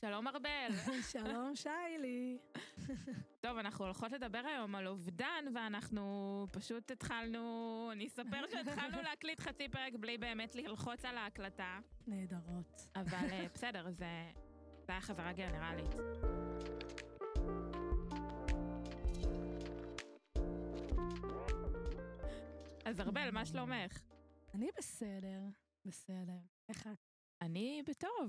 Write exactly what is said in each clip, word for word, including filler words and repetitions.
שלום ארבל. שלום שיילי. טוב, אנחנו הולכות לדבר היום על אובדן, ואנחנו פשוט התחלנו, אני אספר שהתחלנו להקליט חצי פרק בלי באמת ללחוץ על ההקלטה. נהדרות. אבל בסדר, זה היה חזרה גנרלית. אז ארבל, מה שלומך? אני בסדר, בסדר. איך את? אני בטוב.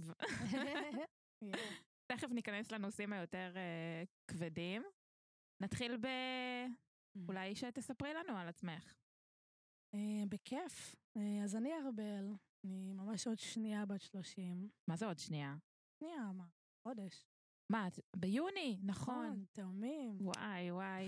תכף ניכנס לנושאים היותר uh, כבדים. נתחיל ב... אולי שתספרי לנו על עצמך. Uh, בכיף. Uh, אז אני ארבל, אני ממש עוד שנייה בת שלושים. מה זה עוד שנייה? שנייה, מה? חודש. מה, ביוני, נכון. תאומים. וואי, וואי.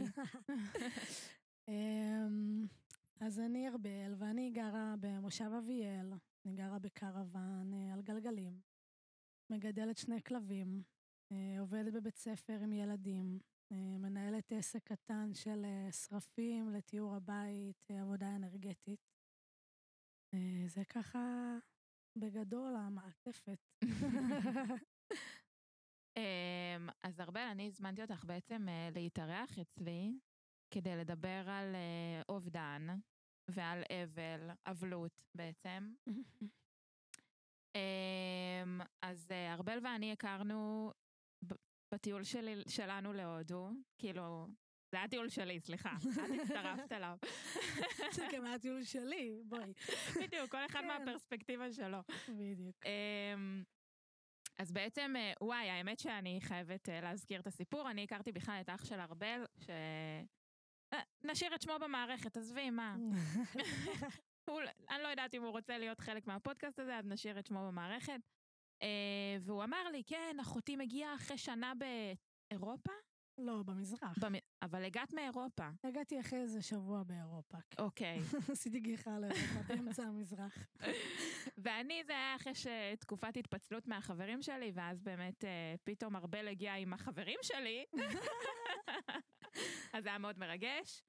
um, אז אני ארבל, ואני גרה במושב אביאל, אני גרה בקרוון uh, על גלגלים. מגדלת שני כלבים, עובדת בבית ספר עם ילדים, מנהלת עסק קטן של שרפים לתיאור הבית, עבודה אנרגטית. זה ככה בגדול המעטפת. אז ארבל, אני הזמנתי אותך בעצם להתארח אצלי, כדי לדבר על אובדן ועל אבל, אבלות בעצם. אז ארבל ואני הכרנו בטיול שלי, שלנו להודו, כאילו, זה היה טיול שלי, סליחה, את הצטרפת אליו. זה גם היה טיול שלי, בואי. בדיוק, כל אחד מהפרספקטיבה שלו. בדיוק. אז בעצם, וואי, האמת שאני חייבת להזכיר את הסיפור, אני הכרתי בכלל את אח של ארבל, שנשאיר את שמו במערכת, עזבי, מה? אני לא יודעת אם הוא רוצה להיות חלק מהפודקאסט הזה, אז נשאיר את שמו במערכת. והוא אמר לי, כן, אחותי מגיעה אחרי שנה באירופה? לא, במזרח. אבל הגעת מאירופה. הגעתי אחרי איזה שבוע באירופה. אוקיי. עשיתי גיחה לאירופה, באמצע המזרח. ואני, זה היה אחרי שתקופת התפצלות מהחברים שלי, ואז באמת פתאום ארבל הגיע עם החברים שלי. אז זה היה מאוד מרגש.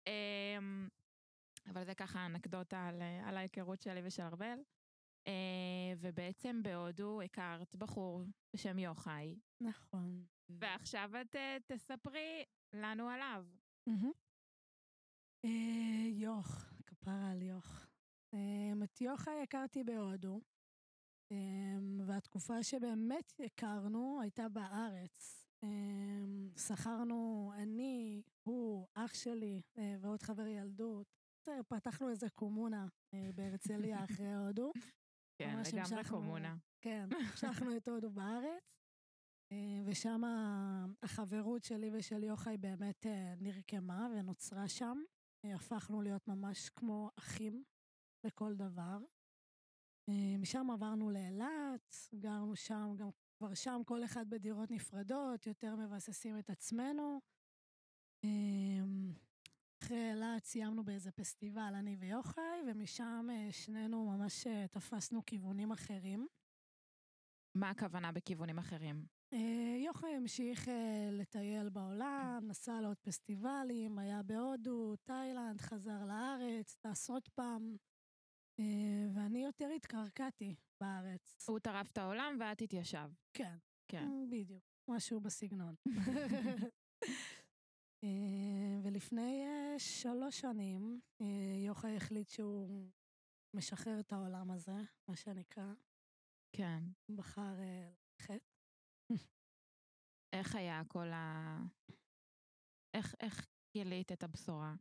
אבל זה ככה אנקדוטה על, על ההיכרות שלי ושל ארבל. ובעצם בהודו הכרת בחור בשם יוחאי. נכון. ועכשיו את תספרי לנו עליו. יוח, כפרה על יוח. את יוחאי הכרתי בהודו, והתקופה שבאמת הכרנו הייתה בארץ. שכרנו אני, הוא, אח שלי ועוד חבר ילדות. פתחנו איזה קומונה בהרצליה אחרי הודו. כן, לגמרי קומונה. כן, המשכנו את הודו בארץ, ושם החברות שלי ושל יוחאי באמת נרקמה ונוצרה שם. הפכנו להיות ממש כמו אחים לכל דבר. משם עברנו לאילת, גרנו שם, גם כבר שם כל אחד בדירות נפרדות, יותר מבססים את עצמנו. אחרי אילת סיימנו באיזה פסטיבל, אני ויוחאי, ומשם שנינו ממש תפסנו כיוונים אחרים. מה הכוונה בכיוונים אחרים? יוחאי המשיך לטייל בעולם, נסע לעוד פסטיבלים, היה בהודו, תאילנד, חזר לארץ, טס עוד פעם, ואני יותר התקרקעתי בארץ. הוא טרף את העולם ואת התיישב. כן, כן. בדיוק, משהו בסגנון. ולפני שלוש שנים, יוחאי החליט שהוא משחרר את העולם הזה, מה שנקרא. כן. בחר ללכת. איך היה כל ה... איך, איך גילית את הבשורה?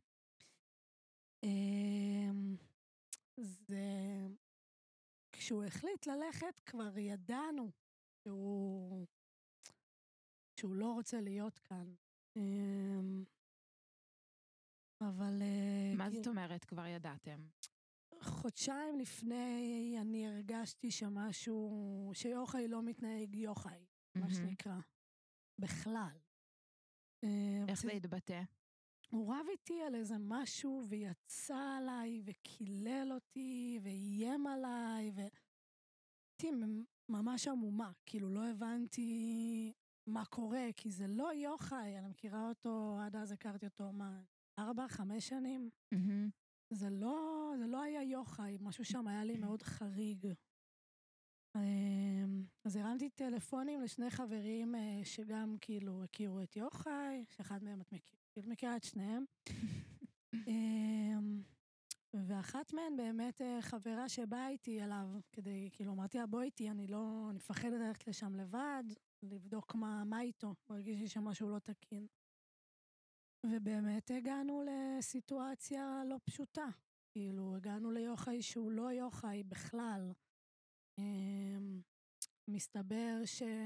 זה... כשהוא החליט ללכת, כבר ידענו שהוא... שהוא לא רוצה להיות כאן. אבל... מה זאת אומרת כבר ידעתם? חודשיים לפני אני הרגשתי שמשהו, שיוחאי לא מתנהג יוחאי, מה שנקרא, בכלל. איך זה התבטא? הוא רב איתי על איזה משהו, ויצא עליי, וקילל אותי, ואיים עליי, והייתי ממש עמומה, כאילו לא הבנתי מה קורה, כי זה לא יוחאי, אני מכירה אותו, עד אז הכרתי אותו, מה, ארבע, חמש שנים? זה לא, זה לא היה יוחאי, משהו שם היה לי מאוד חריג. אז הרמתי טלפונים לשני חברים שגם כאילו הכירו את יוחאי, שאחד מהם את מכירה, כאילו מכירה את שניהם. ואחת מהן באמת חברה שבאה איתי אליו, כדי, כאילו אמרתי לה בוא איתי, אני לא, אני מפחדת ללכת לשם לבד, לבדוק מה, מה איתו, מרגיש לי שמשהו לא תקין. ובאמת הגענו לסיטואציה לא פשוטה, כאילו הגענו ליוחאי שהוא לא יוחאי בכלל. מסתבר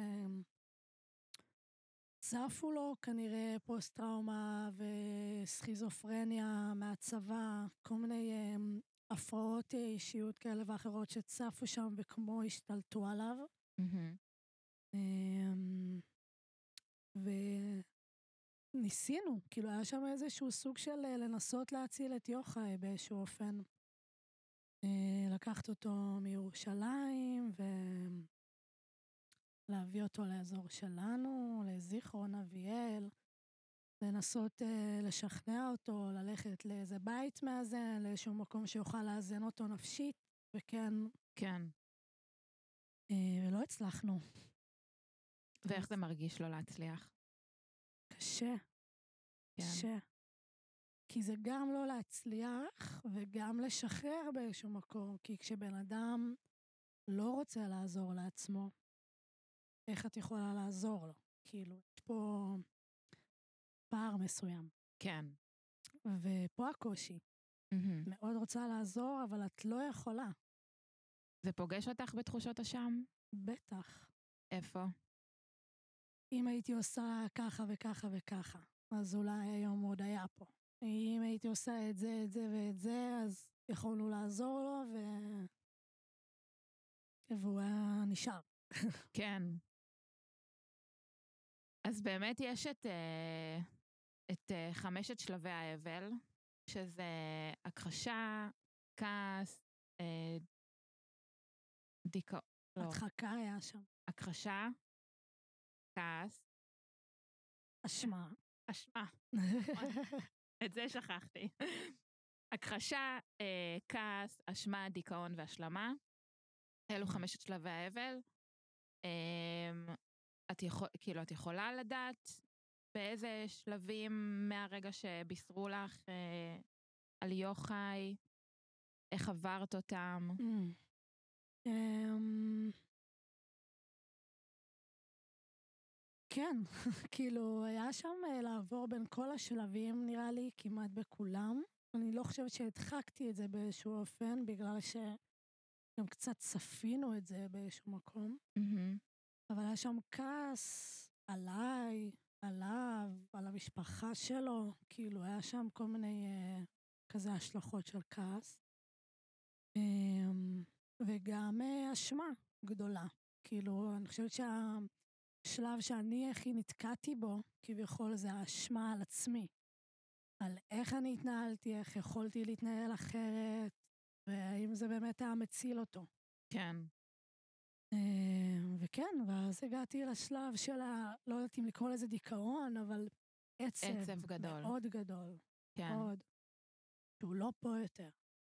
שצפו לו כנראה פוסט-טראומה וסכיזופרניה מהצבא, כל מיני הפרעות אישיות כאלה ואחרות שצפו שם וכמו השתלטו עליו. וניסינו, כאילו היה שם איזשהו סוג של לנסות להציל את יוחאי באיזשהו אופן. לקחת אותו מירושלים ולהביא אותו לאזור שלנו, לזיכרון אביאל, לנסות לשכנע אותו, ללכת לאיזה בית מאזן, לאיזשהו מקום שיוכל לאזן אותו נפשית, וכן. כן. ולא הצלחנו. ואיך זה מרגיש לא להצליח? קשה. כן. קשה. כי זה גם לא להצליח וגם לשחרר באיזשהו מקום, כי כשבן אדם לא רוצה לעזור לעצמו, איך את יכולה לעזור לו? כאילו, יש פה פער מסוים. כן. ופה הקושי. Mm-hmm. מאוד רוצה לעזור, אבל את לא יכולה. זה פוגש אותך בתחושות אשם? בטח. איפה? אם הייתי עושה ככה וככה וככה, אז אולי היום עוד היה פה. אם הייתי עושה את זה, את זה ואת זה, אז יכולנו לעזור לו, ו... והוא היה נשאר. כן. אז באמת יש את, את חמשת שלבי האבל, שזה הכחשה, כעס, דיכאון. הדחקה היה שם. הכחשה, כעס. אשמה. אשמה. את זה שכחתי. הכחשה, אה, כעס, אשמה, דיכאון והשלמה. אלו חמשת שלבי האבל. אה, את יכול, כאילו, את יכולה לדעת באיזה שלבים מהרגע שבישרו לך אה, על יוחאי, איך עברת אותם? Mm. Um... כן, כאילו, היה שם לעבור בין כל השלבים, נראה לי, כמעט בכולם. אני לא חושבת שהדחקתי את זה באיזשהו אופן, בגלל שגם קצת צפינו את זה באיזשהו מקום. Mm-hmm. אבל היה שם כעס עליי, עליו, על המשפחה שלו, כאילו, היה שם כל מיני uh, כזה השלכות של כעס. Um, וגם uh, אשמה גדולה. כאילו, אני חושבת שה... שלב שאני הכי נתקעתי בו, כביכול זה האשמה על עצמי. על איך אני התנהלתי, איך יכולתי להתנהל אחרת, והאם זה באמת היה מציל אותו. כן. וכן, ואז הגעתי לשלב של ה... לא יודעת אם לקרוא לזה דיכאון, אבל עצב. עצב גדול. מאוד גדול. כן. מאוד. שהוא לא פה יותר.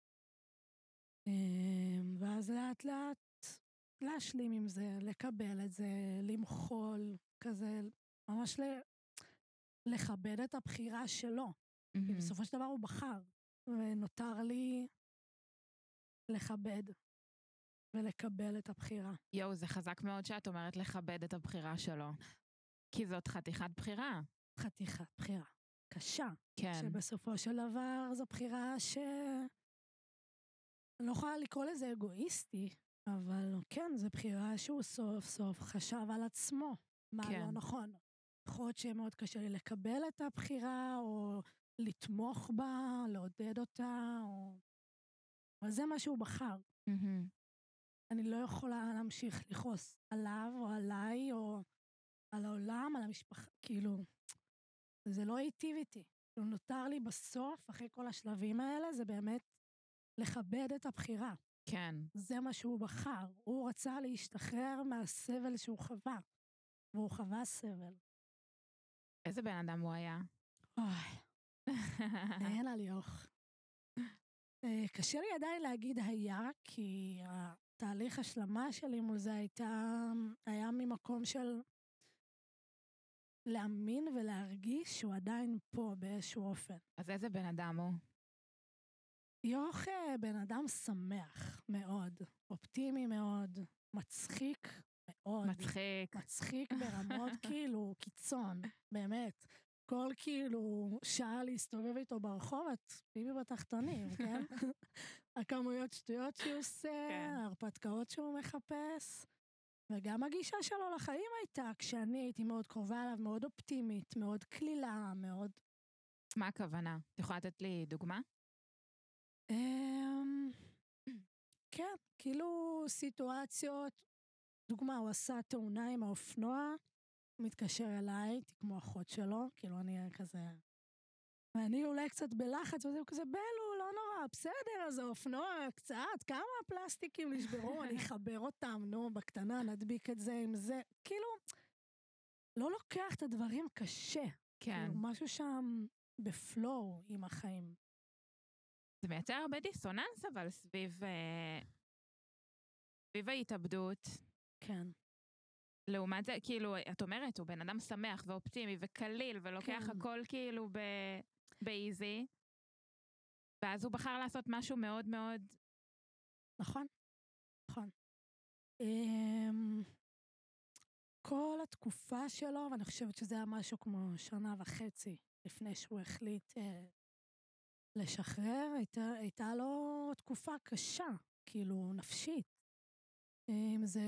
ואז לאט לאט, להשלים עם זה, לקבל את זה, למחול, כזה, ממש לכבד את הבחירה שלו. כי בסופו של דבר הוא בחר, ונותר לי לכבד ולקבל את הבחירה. יואו, זה חזק מאוד שאת אומרת לכבד את הבחירה שלו. כי זאת חתיכת בחירה. חתיכת בחירה. קשה. כן. שבסופו של דבר זו בחירה ש... אני לא יכולה לקרוא לזה אגואיסטי, אבל כן, זו בחירה שהוא סוף סוף חשב על עצמו. מה כן. לא נכון. יכול להיות שמאוד קשה לי לקבל את הבחירה, או לתמוך בה, לעודד אותה, או... אבל זה מה שהוא בחר. Mm-hmm. אני לא יכולה להמשיך לכעוס עליו, או עליי, או על העולם, על המשפחה, כאילו, זה לא היטיב איתי. נותר לי בסוף, אחרי כל השלבים האלה, זה באמת לכבד את הבחירה. כן. זה מה שהוא בחר. הוא רצה להשתחרר מהסבל שהוא חווה. והוא חווה סבל. איזה בן אדם הוא היה? אוי. אין עליוך. קשה לי עדיין להגיד היה, כי התהליך השלמה שלי מול זה הייתה ממקום של להאמין ולהרגיש שהוא עדיין פה באיזשהו אופן. אז איזה בן אדם הוא? יוך בן אדם שמח מאוד, אופטימי מאוד, מצחיק מאוד. מצחיק. מצחיק ברמות כאילו קיצון, באמת. כל כאילו שעה להסתובב איתו ברחוב, את ביבי בתחתונים, כן? הכמויות שטויות שהוא עושה, כן. ההרפתקאות שהוא מחפש, וגם הגישה שלו לחיים הייתה, כשאני הייתי מאוד קרובה אליו, מאוד אופטימית, מאוד כלילה, מאוד... מה הכוונה? את יכולה לתת לי דוגמה? כן, כאילו סיטואציות, דוגמה, הוא עשה תאונה עם האופנוע, הוא מתקשר אליי, הייתי כמו אחות שלו, כאילו אני כזה... ואני אולי קצת בלחץ, וזה כזה, בלו, לא נורא, בסדר, אז האופנוע קצת, כמה פלסטיקים נשברו, אני אחבר אותם, נו, בקטנה, נדביק את זה עם זה, כאילו, לא לוקח את הדברים קשה. כן. כאילו, משהו שם בפלואו עם החיים. זה מייצר הרבה דיסוננס, אבל סביב... סביב ההתאבדות. כן. לעומת זה, כאילו, את אומרת, הוא בן אדם שמח ואופטימי וקליל, ולוקח כן. הכל כאילו ב... באיזי, ואז הוא בחר לעשות משהו מאוד מאוד... נכון, נכון. Um, כל התקופה שלו, ואני חושבת שזה היה משהו כמו שנה וחצי, לפני שהוא החליט uh, לשחרר, הייתה, הייתה לו תקופה קשה, כאילו נפשית. אם זה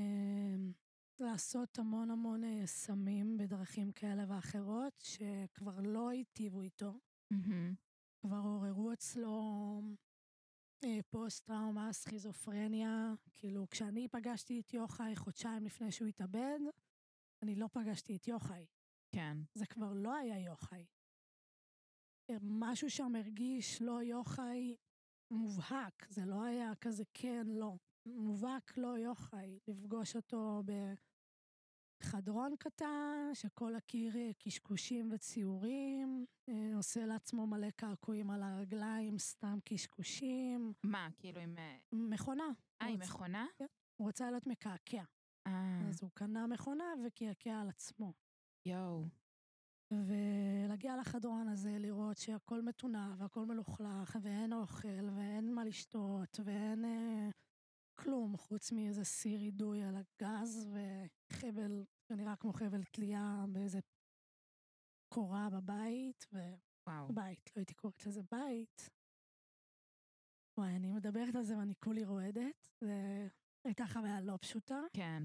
לעשות המון המון סמים בדרכים כאלה ואחרות, שכבר לא היטיבו איתו. Mm-hmm. כבר עוררו אצלו פוסט-טראומה, סכיזופרניה. כאילו, כשאני פגשתי את יוחאי חודשיים לפני שהוא התאבד, אני לא פגשתי את יוחאי. כן. זה כבר לא היה יוחאי. משהו שם הרגיש לא יוחאי מובהק. זה לא היה כזה כן, לא. מובהק לא יוחאי. לפגוש אותו בחדרון קטן, שכל הקיר קשקושים וציורים, עושה לעצמו מלא קעקועים על הרגליים, סתם קשקושים. מה, כאילו עם... מכונה. אה, עם מכונה? כן. הוא רוצה להיות מקעקע. אה. אז הוא קנה מכונה וקעקע על עצמו. יואו. ולהגיע לחדרון הזה, לראות שהכל מתונה והכל מלוכלך, ואין אוכל, ואין מה לשתות, ואין אה, כלום, חוץ מאיזה סיר עידוי על הגז, וחבל, שנראה כמו חבל תלייה באיזה קורה בבית, ובית, לא הייתי קוראת לזה בית. וואי, אני מדברת על זה ואני כולי רועדת, זה הייתה חוויה לא פשוטה. כן.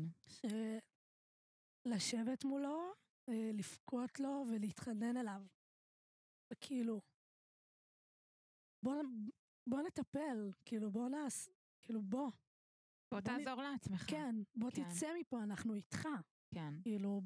לשבת מולו, לפקוט לו ולהתחנן אליו. וכאילו, בוא, בוא נטפל, כאילו בוא נעש, כאילו בוא. בוא תעזור לעצמך. כן, בוא תצא מפה, אנחנו איתך. כן. כאילו,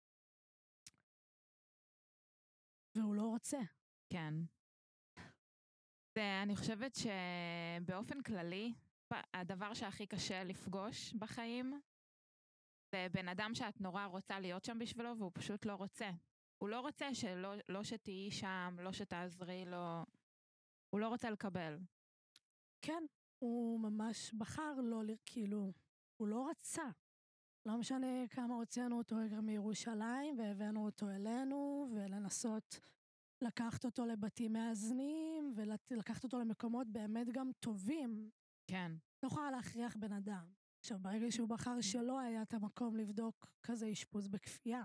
והוא לא רוצה. כן. זה, אני חושבת שבאופן כללי, הדבר שהכי קשה לפגוש בחיים, זה בן אדם שאת נורא רוצה להיות שם בשבילו, והוא פשוט לא רוצה. הוא לא רוצה שלא, לא שתהיי שם, לא שתעזרי לו. הוא לא רוצה לקבל. כן, הוא ממש בחר לא, כאילו, הוא לא רצה. לא משנה כמה הוצאנו אותו מירושלים, והבאנו אותו אלינו, ולנסות לקחת אותו לבתים מאזנים, ולקחת אותו למקומות באמת גם טובים. כן. לא יכולה להכריח בן אדם. עכשיו, ברגע שהוא בחר שלא היה את המקום לבדוק כזה אשפוז בכפייה.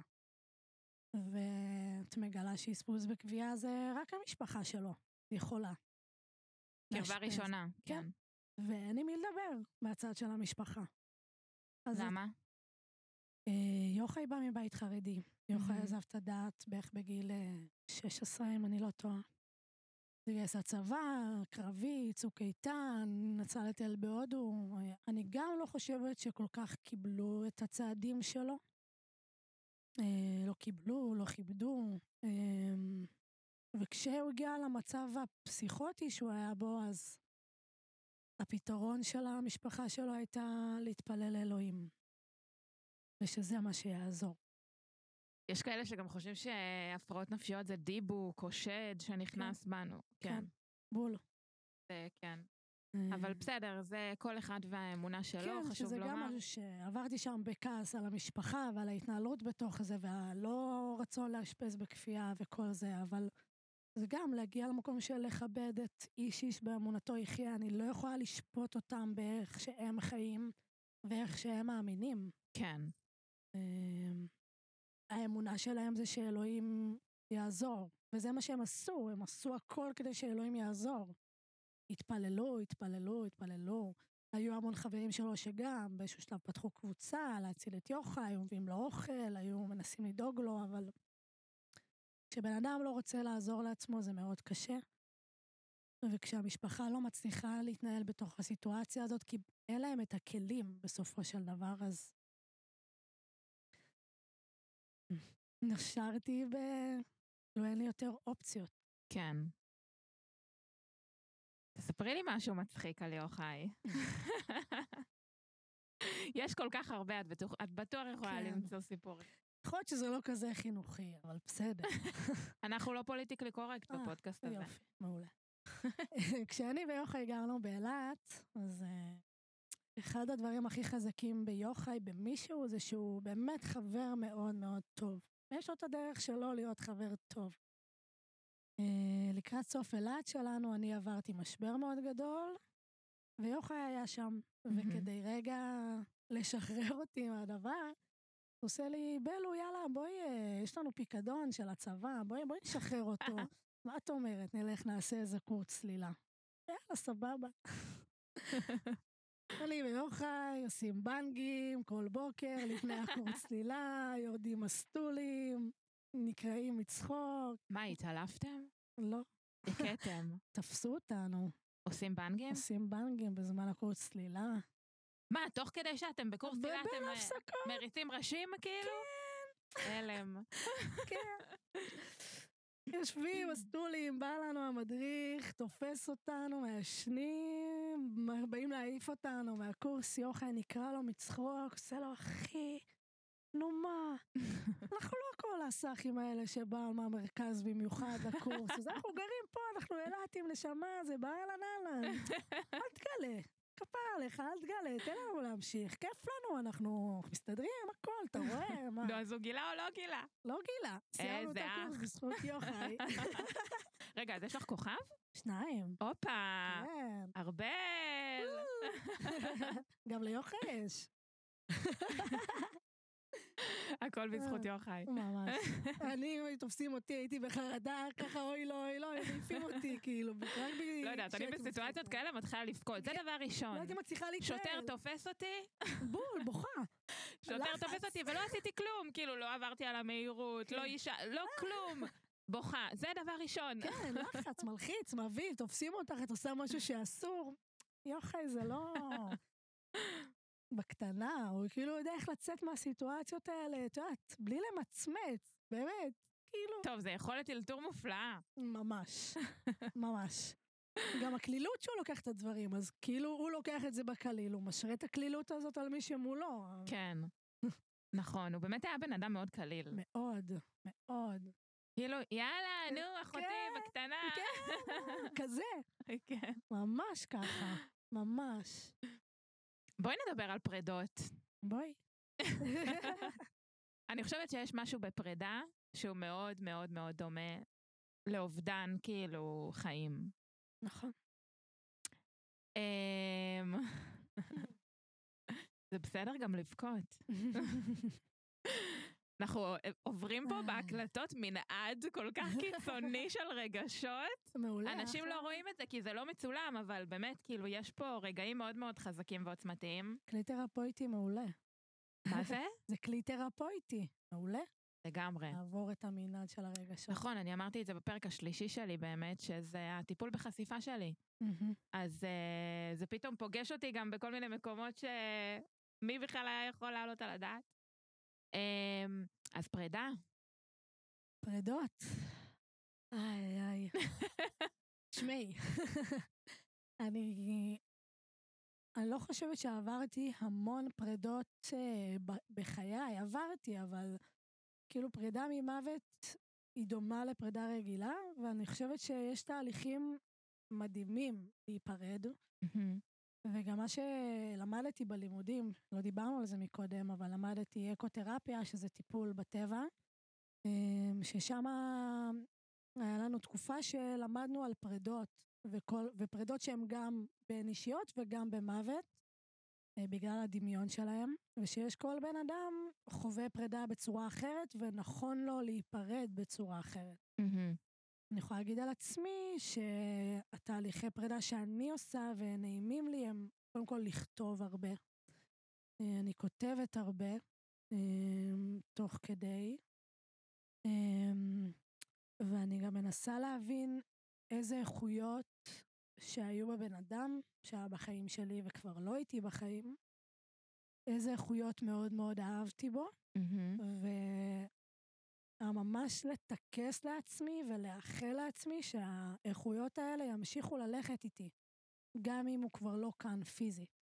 ואת מגלה שאשפוז בכפייה זה רק המשפחה שלו, יכולה. קרבה ראשונה, כן. ואין עם מי לדבר מהצד של המשפחה. למה? יוחאי בא מבית חרדי. יוחאי עזב את הדעת בערך בגיל שש עשרה, אם אני לא טועה. התגייס לצבא, קרבי, צוק איתן, נצא לטייל בהודו. אני גם לא חושבת שכל כך קיבלו את הצעדים שלו. לא קיבלו, לא כיבדו. וכשהוא הגיע למצב הפסיכוטי שהוא היה בו, אז הפתרון של המשפחה שלו הייתה להתפלל לאלוהים. ושזה מה שיעזור. יש כאלה שגם חושבים שהפרעות נפשיות זה דיבוק או שד שנכנס בנו. כן, בול. זה כן. אבל בסדר, זה כל אחד והאמונה שלו, כן, חשוב שזה לומר. גם משהו שעברתי שם בכעס על המשפחה ועל ההתנהלות בתוך זה, והלא רצון להשפז בכפייה וכל זה, אבל זה גם להגיע למקום של לכבד את איש איש באמונתו יחיה, אני לא יכולה לשפוט אותם באיך שהם חיים ואיך שהם מאמינים. כן. האמונה שלהם זה שאלוהים יעזור, וזה מה שהם עשו, הם עשו הכל כדי שאלוהים יעזור. התפללו, התפללו, התפללו. היו המון חברים שלו שגם באיזשהו שלב פתחו קבוצה להציל את יוחאי, היו מביאים לו אוכל, היו מנסים לדאוג לו, אבל כשבן אדם לא רוצה לעזור לעצמו זה מאוד קשה. וכשהמשפחה לא מצליחה להתנהל בתוך הסיטואציה הזאת, כי אין להם את הכלים בסופו של דבר, אז נשארתי ב... לא אין לי יותר אופציות. כן. תספרי לי משהו מצחיק על יוחאי. יש כל כך הרבה, את בטוח, את בטוח יכולה למצוא סיפור. יכול להיות שזה לא כזה חינוכי, אבל בסדר. אנחנו לא פוליטיקלי קורקט בפודקאסט הזה. יופי, מעולה. כשאני ויוחאי גרנו באילת, אז אחד הדברים הכי חזקים ביוחאי, במישהו, זה שהוא באמת חבר מאוד מאוד טוב. יש לו את הדרך שלו להיות חבר טוב. לקראת סוף אילת שלנו, אני עברתי משבר מאוד גדול, ויוחאי היה שם, וכדי רגע לשחרר אותי מהדבר, הוא עושה לי, בלו, יאללה, בואי, יש לנו פיקדון של הצבא, בואי, בואי נשחרר אותו. מה את אומרת? נלך, נעשה איזה קורס צלילה. יאללה, סבבה. אני ויוחאי עושים בנגים כל בוקר, לפני הקורס צלילה, יורדים מסטולים, נקראים מצחוק. מה, התעלפתם? לא. הכתם. תפסו אותנו. עושים בנגים? עושים בנגים בזמן הקורס צלילה. מה, תוך כדי שאתם בקורס צלילה אתם מריצים ראשים כאילו? כן. אלם. כן. יושבים, מסטולים, בא לנו המדריך, תופס אותנו, מהשנים, באים להעיף אותנו מהקורס, יוחאי נקרא לו מצחוק, עושה לו, אחי, נו מה, אנחנו לא כל הסאחים האלה שבאו מהמרכז במיוחד לקורס, אז אנחנו גרים פה, אנחנו ילדים נשמה, זה בא אהלן אהלן, אל תגלה, כפר עליך, אל תגלה, תן לנו להמשיך, כיף לנו, אנחנו מסתדרים, הכל, אתה רואה? מה? לא, אז הוא גילה או לא גילה? לא גילה, סיימנו את הקורס בזכות יוחאי. רגע, אז יש לך כוכב? שניים. הופה, כן. ארבל. גם ליוחאי יש. הכל בזכות יוחאי. ממש. אני, אם תופסים אותי, הייתי בחרדה, ככה אוי לא, אוי לא, הם מעיפים אותי, כאילו. לא יודעת, אני בסיטואציות כאלה מתחילה לבכות, זה דבר ראשון. לא הייתי מצליחה להתנהל. שוטר תופס אותי. בול, בוכה. שוטר תופס אותי, ולא עשיתי כלום, כאילו, לא עברתי על המהירות, לא אישה, לא כלום. בוכה, זה דבר ראשון. כן, לחץ, מלחיץ, מביא, תופסים אותך, את עושה משהו שאסור. יוחאי, זה לא... בקטנה, הוא כאילו יודע איך לצאת מהסיטואציות האלה, את יודעת, בלי למצמץ, באמת, כאילו... טוב, זה יכולת אלתור מופלאה. ממש, ממש. גם הכלילות שהוא לוקח את הדברים, אז כאילו הוא לוקח את זה בקליל, הוא משרה את הכלילות הזאת על מי שמולו. כן, נכון, הוא באמת היה בן אדם מאוד קליל. מאוד, מאוד. כאילו, יאללה, נו, אחותי, בקטנה. כן, כזה. כן. ממש ככה, ממש. בואי נדבר על פרדות. בואי. אני חושבת שיש משהו בפרידה שהוא מאוד מאוד מאוד דומה לאובדן כאילו חיים. נכון. זה בסדר גם לבכות. אנחנו עוברים פה בהקלטות מנעד כל כך קיצוני של רגשות. מעולה. אנשים לא רואים את זה כי זה לא מצולם, אבל באמת כאילו יש פה רגעים מאוד מאוד חזקים ועוצמתיים. כלי תרפויטי מעולה. מה זה? זה כלי תרפויטי, מעולה. לגמרי. לעבור את המנעד של הרגשות. נכון, אני אמרתי את זה בפרק השלישי שלי באמת, שזה הטיפול בחשיפה שלי. אז זה פתאום פוגש אותי גם בכל מיני מקומות שמי בכלל היה יכול לעלות על הדעת. אז פרידה. פרידות. איי איי. שמי. אני אני לא חושבת שעברתי המון פרידות בחיי, עברתי, אבל כאילו פרידה ממוות היא דומה לפרידה רגילה, ואני חושבת שיש תהליכים מדהימים להיפרד, וגם מה שלמדתי בלימודים, לא דיברנו על זה מקודם, אבל למדתי אקותרפיה, שזה טיפול בטבע, ששם היה לנו תקופה שלמדנו על פרדות, וכל, ופרדות שהן גם בין אישיות וגם במוות, בגלל הדמיון שלהם, ושיש כל בן אדם חווה פרידה בצורה אחרת, ונכון לו להיפרד בצורה אחרת. אני יכולה להגיד על עצמי שהתהליכי פרידה שאני עושה ונעימים לי הם קודם כל לכתוב הרבה. אני כותבת הרבה תוך כדי, ואני גם מנסה להבין איזה איכויות שהיו בבן אדם, שהיה בחיים שלי וכבר לא הייתי בחיים, איזה איכויות מאוד מאוד אהבתי בו, וממש לתקס לעצמי ולאחל לעצמי שהאיכויות האלה ימשיכו ללכת איתי, גם אם הוא כבר לא כאן פיזית.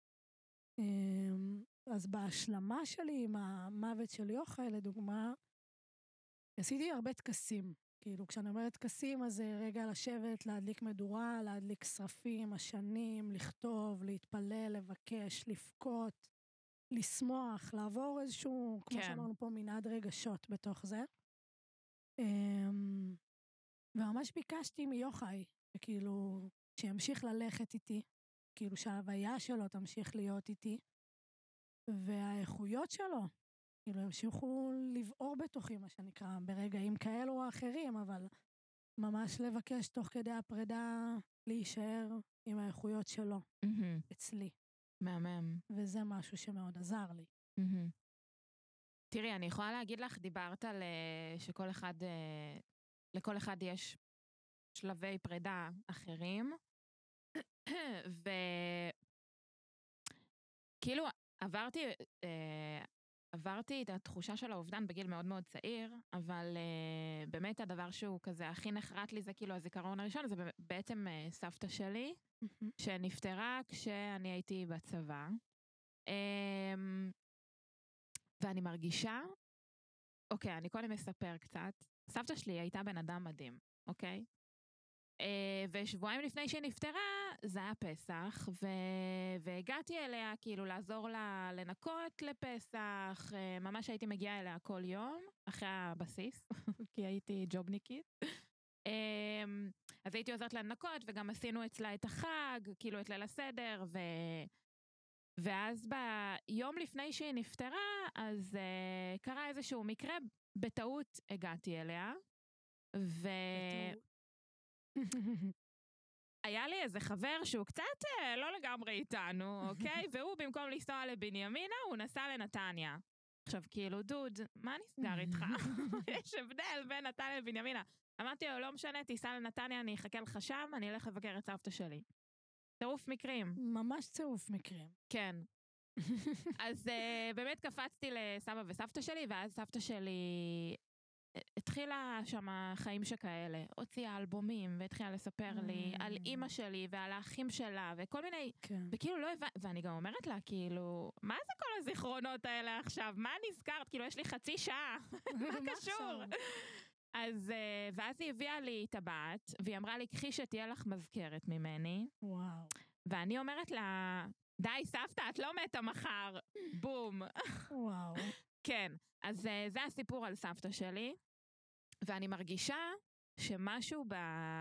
אז בהשלמה שלי עם המוות של יוחאי, לדוגמה, עשיתי הרבה תקסים. כאילו, כשאני אומרת תקסים, אז זה רגע לשבת, להדליק מדורה, להדליק שרפים, עשנים, לכתוב, להתפלל, לבקש, לבכות, לשמוח, לעבור איזשהו, כמו כן. שאמרנו פה, מנעד רגשות בתוך זה. וממש ביקשתי מיוחאי, כאילו, שימשיך ללכת איתי, כאילו שההוויה שלו תמשיך להיות איתי, והאיכויות שלו, כאילו, המשיכו לבעור בתוכי, מה שנקרא, ברגעים כאלו או אחרים, אבל ממש לבקש תוך כדי הפרידה להישאר עם האיכויות שלו, אצלי. מהמם. וזה משהו שמאוד עזר לי. תראי, אני יכולה להגיד לך, דיברת על שכל אחד, לכל אחד יש שלבי פרידה אחרים, וכאילו עברתי, עברתי את התחושה של האובדן בגיל מאוד מאוד צעיר, אבל uh, באמת הדבר שהוא כזה הכי נחרט לי זה כאילו הזיכרון הראשון, זה בעצם uh, סבתא שלי, mm-hmm. שנפטרה כשאני הייתי בצבא. Um, ואני מרגישה, אוקיי, אני קודם אספר קצת, סבתא שלי הייתה בן אדם מדהים, אוקיי? Uh, ושבועיים לפני שהיא נפטרה, זה היה פסח, ו... והגעתי אליה כאילו לעזור לה לנקות לפסח, uh, ממש הייתי מגיעה אליה כל יום, אחרי הבסיס, כי הייתי ג'ובניקית. Um, אז הייתי עוזרת לה לנקות, וגם עשינו אצלה את החג, כאילו את ליל הסדר, ו... ואז ביום לפני שהיא נפטרה, אז uh, קרה איזשהו מקרה, בטעות הגעתי אליה, ו... בטעות. היה לי איזה חבר שהוא קצת אה, לא לגמרי איתנו, אוקיי? והוא במקום לנסוע לבנימינה, הוא נסע לנתניה. עכשיו, כאילו, דוד, מה נסגר איתך? יש הבדל בין נתניה לבנימינה. אמרתי לו, לא משנה, תיסע לנתניה, אני אחכה לך שם, אני אלך לבקר את סבתא שלי. צירוף מקרים. ממש צירוף מקרים. כן. אז אה, באמת קפצתי לסבא וסבתא שלי, ואז סבתא שלי... התחילה שם חיים שכאלה, הוציאה אלבומים והתחילה לספר לי על אמא שלי ועל האחים שלה וכל מיני, וכאילו לא הבנתי, ואני גם אומרת לה כאילו, מה זה כל הזיכרונות האלה עכשיו? מה נזכרת? כאילו יש לי חצי שעה, מה קשור? אז, ואז היא הביאה לי את הבת, והיא אמרה לי, קחי שתהיה לך מזכרת ממני. וואו. ואני אומרת לה, די סבתא, את לא מתה מחר, בום. וואו. כן, אז זה הסיפור על סבתא שלי, ואני מרגישה שמשהו ב...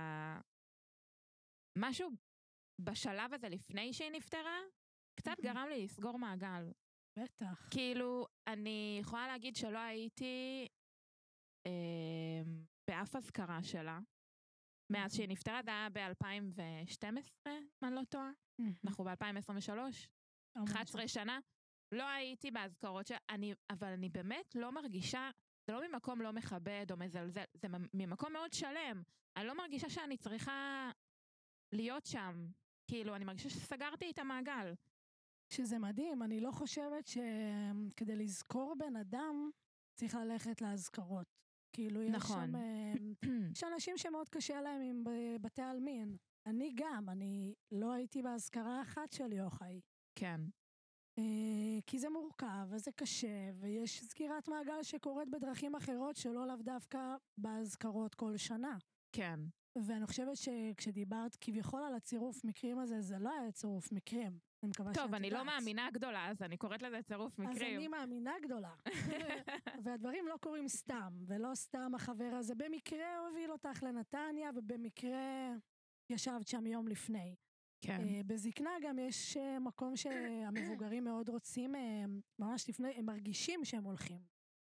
משהו בשלב הזה לפני שהיא נפטרה, קצת גרם לי לסגור מעגל. בטח. כאילו, אני יכולה להגיד שלא הייתי אה, באף הזכרה שלה, מאז שהיא נפטרה, זה היה ב-אלפיים ושתים עשרה, אם אני לא טועה. אנחנו ב-אלפיים עשרים ושלוש, אחת עשרה שנה. לא הייתי בהזכרות שלה, אני, אבל אני באמת לא מרגישה, זה לא ממקום לא מכבד או מזלזל, זה ממקום מאוד שלם. אני לא מרגישה שאני צריכה להיות שם. כאילו, אני מרגישה שסגרתי את המעגל. שזה מדהים, אני לא חושבת שכדי לזכור בן אדם, צריך ללכת להזכרות. כאילו, יש נכון. שם, יש אנשים שמאוד קשה להם עם בתי אלמין. אני גם, אני לא הייתי בהזכרה אחת של יוחאי. כן. כי זה מורכב, וזה קשה, ויש סגירת מעגל שקורית בדרכים אחרות שלא לאו דווקא בהזכרות כל שנה. כן. ואני חושבת שכשדיברת כביכול על הצירוף מקרים הזה, זה לא היה צירוף מקרים. אני מקווה שאת יודעת. טוב, אני לא מאמינה גדולה, אז אני קוראת לזה צירוף מקרים. אז אני מאמינה גדולה. והדברים לא קורים סתם, ולא סתם החבר הזה במקרה הוביל אותך לנתניה, ובמקרה ישבת שם יום לפני. כן. בזקנה גם יש מקום שהמבוגרים מאוד רוצים, ממש לפני, הם מרגישים שהם הולכים.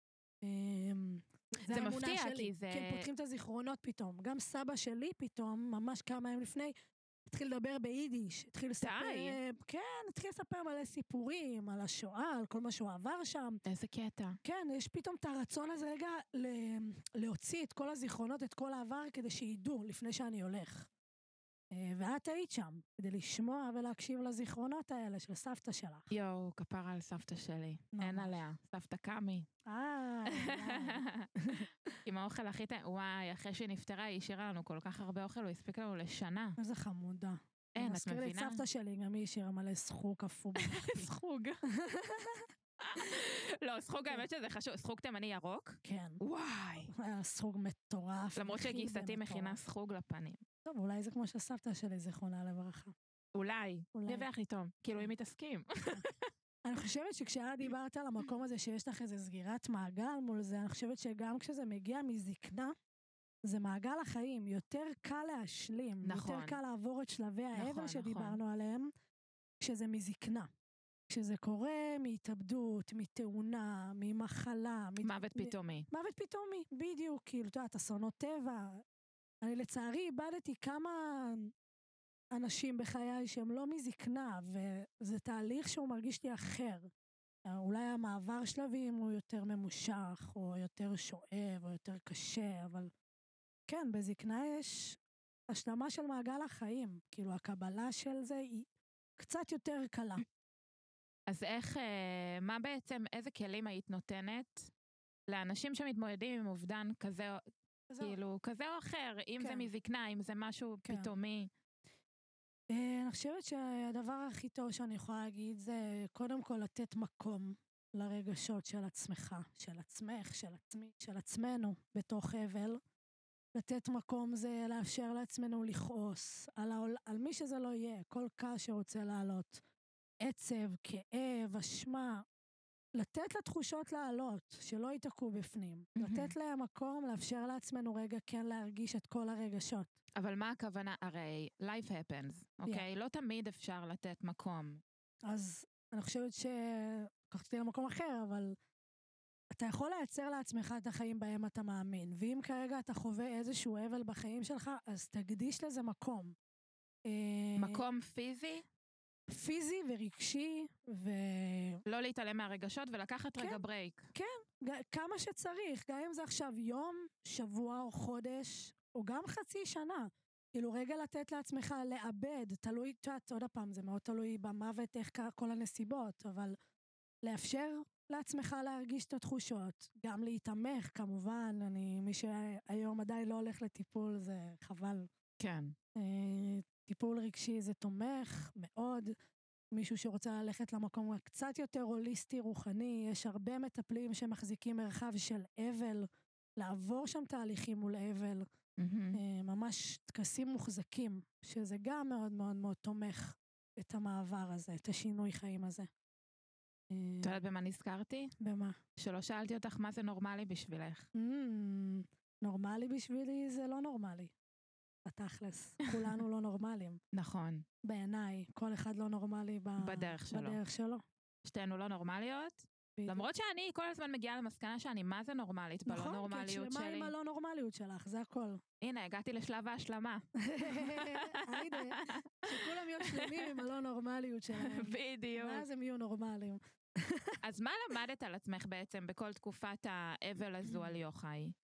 זה מפתיע, כי זה... כן, פותחים את הזיכרונות פתאום. גם סבא שלי פתאום, ממש כמה ימים לפני, התחיל לדבר ביידיש, התחיל לספר, כן, התחיל לספר מלא סיפורים, על השואה, על כל מה שהוא עבר שם. איזה קטע. כן, יש פתאום את הרצון הזה רגע להוציא את כל הזיכרונות, את כל העבר, כדי שידעו לפני שאני הולך. ואת היית שם, כדי לשמוע ולהקשיב לזיכרונות האלה של סבתא שלך. יואו, כפרה על סבתא שלי. אין עליה. סבתא קמי. אה, עם האוכל הכי טעים. וואי, אחרי שהיא נפטרה, היא השאירה לנו כל כך הרבה אוכל, הוא הספיק לנו לשנה. איזה חמודה. אין, את מבינה? מזכיר לי את סבתא שלי, גם היא השאירה מלא סחוג כפו. סחוג. לא, סחוג האמת שזה חשוב. סחוג תימני ירוק? כן. וואי. היה סחוג מטורף. למרות שגיסתי מכינה סחוג לפנים. טוב, אולי זה כמו שסבתא שלי זיכרונה לברכה. אולי. יבח לי טוב. כאילו, אם מתעסקים. אני חושבת שכשאת דיברת על המקום הזה שיש לך איזה סגירת מעגל מול זה, אני חושבת שגם כשזה מגיע מזקנה, זה מעגל החיים. יותר קל להשלים. נכון. יותר קל לעבור את שלבי העבר שדיברנו עליהם, כשזה מזקנה. כשזה קורה מהתאבדות, מתאונה, ממחלה. מוות פתאומי. מוות פתאומי, בדיוק. כאילו, אתה יודעת, אסונות טבע. אני לצערי איבדתי כמה אנשים בחיי שהם לא מזקנה, וזה תהליך שהוא מרגיש לי אחר. אולי המעבר שלבים הוא יותר ממושך, או יותר שואב, או יותר קשה, אבל כן, בזקנה יש השלמה של מעגל החיים. כאילו, הקבלה של זה היא קצת יותר קלה. אז איך, מה בעצם, איזה כלים היית נותנת לאנשים שמתמודדים עם אובדן כזה, כאילו, כזה או אחר, אם זה מזקנה, אם זה משהו פתאומי? אני חושבת שהדבר הכי טוב שאני יכולה להגיד זה קודם כל לתת מקום לרגשות של עצמך, של עצמך, של עצמי, של עצמנו בתוך אבל. לתת מקום זה לאפשר לעצמנו לכעוס על, העול, על מי שזה לא יהיה, כל כעס שרוצה לעלות. עצב, כאב, אשמה. לתת לתחושות לעלות, שלא יתעקו בפנים. Mm-hmm. לתת להם מקום, לאפשר לעצמנו רגע כן להרגיש את כל הרגשות. אבל מה הכוונה? הרי life happens, אוקיי? Okay? Yeah. לא תמיד אפשר לתת מקום. אז אני חושבת שקחתי למקום אחר, אבל אתה יכול לייצר לעצמך את החיים בהם אתה מאמין, ואם כרגע אתה חווה איזשהו אבל בחיים שלך, אז תקדיש לזה מקום. מקום פיזי? פיזי ורגשי, ו... לא להתעלם מהרגשות ולקחת כן, רגע ברייק. כן, כמה שצריך, גם אם זה עכשיו יום, שבוע או חודש, או גם חצי שנה. כאילו רגע לתת לעצמך לאבד, תלוי, תשעת, עוד הפעם, זה מאוד תלוי במוות, איך כל הנסיבות, אבל לאפשר לעצמך להרגיש את התחושות, גם להתאמך, כמובן, אני, מי שהיום עדיין לא הולך לטיפול, זה חבל. כן. טיפול רגשי זה תומך מאוד, מישהו שרוצה ללכת למקום קצת יותר הוליסטי, רוחני, יש הרבה מטפלים שמחזיקים מרחב של אבל, לעבור שם תהליכים מול אבל, mm-hmm. ממש תקסים מוחזקים, שזה גם מאוד מאוד מאוד תומך את המעבר הזה, את השינוי חיים הזה. את יודעת במה נזכרתי? במה? שלא שאלתי אותך מה זה נורמלי בשבילך. Mm, נורמלי בשבילי זה לא נורמלי. בתכלס, כולנו לא נורמליים. נכון. בעיניי, כל אחד לא נורמלי ב... בדרך שלו. בדרך שלו. שתינו לא נורמליות. בדיוק. למרות שאני כל הזמן מגיעה למסקנה שאני מה זה נורמלית נכון, בלא נורמליות שלי. נכון, כי שלמה עם הלא נורמליות שלך, זה הכל. הנה, הגעתי לשלב ההשלמה. היידה, שכולם יהיו שלמים עם הלא נורמליות שלהם. בדיוק. ואז הם יהיו נורמליים. אז מה למדת על עצמך בעצם בכל תקופת האבל הזו על יוחאי?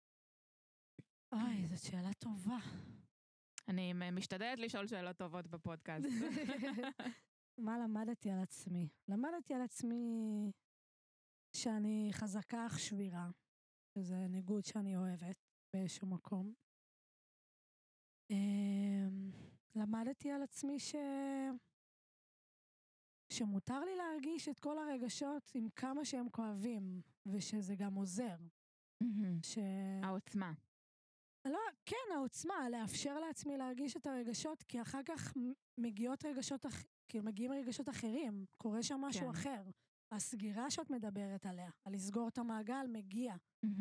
אוי, זאת שאלה טובה. אני משתדלת לשאול שאלות טובות בפודקאסט. מה למדתי על עצמי? למדתי על עצמי שאני חזקה אך שבירה, שזה ניגוד שאני אוהבת באיזשהו מקום. למדתי על עצמי ש... שמותר לי להרגיש את כל הרגשות עם כמה שהם כואבים, ושזה גם עוזר. ש... העוצמה. לא, כן, העוצמה, לאפשר לעצמי להרגיש את הרגשות, כי אחר כך מגיעות רגשות, כאילו מגיעים רגשות אחרים, קורה שם משהו אחר. הסגירה שאת מדברת עליה, על לסגור את המעגל, מגיע.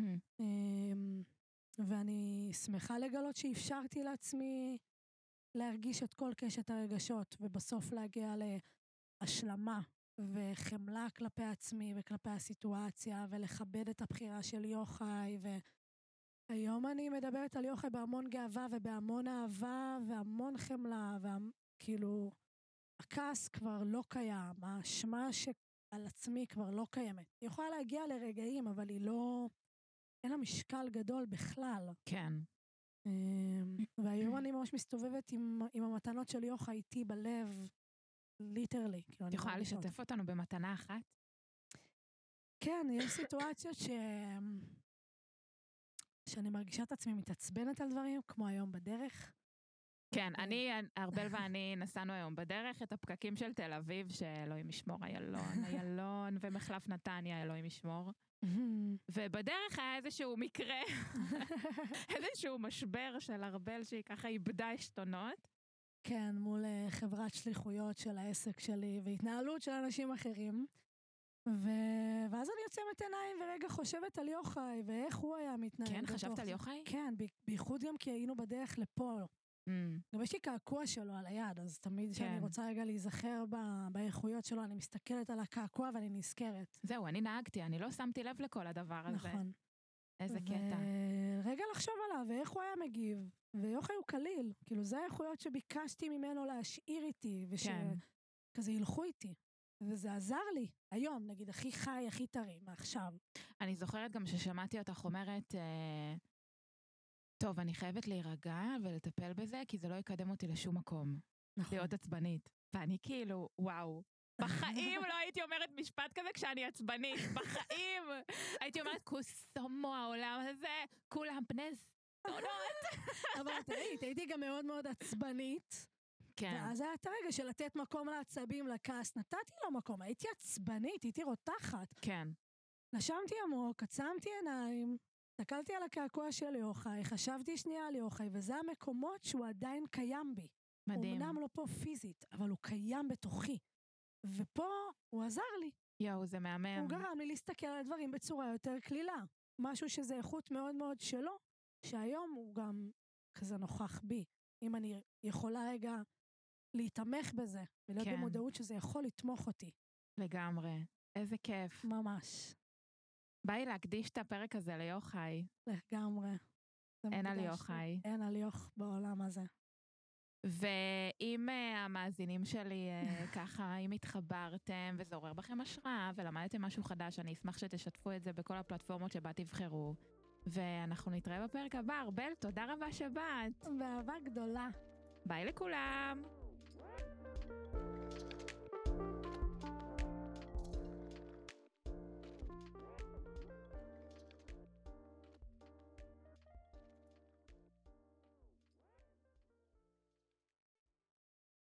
ואני שמחה לגלות שאפשרתי לעצמי להרגיש את כל קשת הרגשות, ובסוף להגיע להשלמה וחמלה כלפי עצמי וכלפי הסיטואציה, ולכבד את הבחירה של יוחאי, והיום אני מדברת על יוחאי בהמון גאווה ובהמון אהבה והמון חמלה, וכאילו הכעס כבר לא קיים, האשמה שעל עצמי כבר לא קיימת. היא יכולה להגיע לרגעים, אבל היא לא, אין לה משקל גדול בכלל. כן. והיום אני ממש מסתובבת עם, עם המתנות של יוחאי איתי בלב, ליטרלי. את יכולה לשתף אותנו במתנה אחת? כן, יש סיטואציות ש... שאני מרגישה את עצמי מתעצבנת על דברים, כמו היום בדרך. כן, אני, ארבל ואני נסענו היום בדרך, את הפקקים של תל אביב, שאלוהים ישמור, איילון, איילון, ומחלף נתניה, אלוהים ישמור. ובדרך היה איזשהו מקרה, איזשהו משבר של ארבל שהיא ככה איבדה עשתונות. כן, מול חברת שליחויות של העסק שלי, והתנהלות של אנשים אחרים. ו... ואז אני יוצאת עיניים ורגע חושבת על יוחאי, ואיך הוא היה מתנהל. כן, חשבת על יוחאי? כן, בייחוד גם כי היינו בדרך לפה. גם יש לי קעקוע שלו על היד, אז תמיד שאני רוצה רגע להיזכר באיכויות שלו, אני מסתכלת על הקעקוע ואני נזכרת. זהו, אני נהגתי, אני לא שמתי לב לכל הדבר הזה. נכון. איזה קטע. רגע לחשוב עליו, ואיך הוא היה מגיב, ויוחאי הוא קליל, כאילו זה האיכויות שביקשתי ממנו להשאיר איתי, ושכזה ילכו איתי. וזה עזר לי, היום, נגיד, הכי חי, הכי טרי, מעכשיו. אני זוכרת גם ששמעתי אותך אומרת, טוב, אני חייבת להירגע ולטפל בזה, כי זה לא יקדם אותי לשום מקום. נכון. להיות עצבנית. ואני כאילו, וואו, בחיים לא הייתי אומרת משפט כזה כשאני עצבנית, בחיים! הייתי אומרת, קוסומו העולם הזה, כולם בני זונות. אבל את ראית, הייתי גם מאוד מאוד עצבנית. כן. ואז היה את הרגע של לתת מקום לעצבים, לכעס, נתתי לו מקום, הייתי עצבנית, הייתי רותחת. כן. נשמתי עמוק, עצמתי עיניים, הסתכלתי על הקעקוע של יוחאי, חשבתי שנייה על יוחאי, וזה המקומות שהוא עדיין קיים בי. מדהים. הוא אמנם לא פה פיזית, אבל הוא קיים בתוכי. ופה הוא עזר לי. יואו, זה מהמם. הוא גרם לי להסתכל על הדברים בצורה יותר כלילה. משהו שזה איכות מאוד מאוד שלו, שהיום הוא גם כזה נוכח בי. אם אני יכולה רגע להתמך בזה, ולהיות כן. במודעות שזה יכול לתמוך אותי. לגמרי. איזה כיף. ממש. ביי להקדיש את הפרק הזה ליוחאי. לגמרי. אין על יוחאי. אין על יוח בעולם הזה. ואם uh, המאזינים שלי uh, ככה, אם התחברתם וזה עורר בכם השראה ולמדתם משהו חדש, אני אשמח שתשתפו את זה בכל הפלטפורמות שבה תבחרו. ואנחנו נתראה בפרק הבא. ארבל, תודה רבה שבאת. באהבה גדולה. ביי לכולם.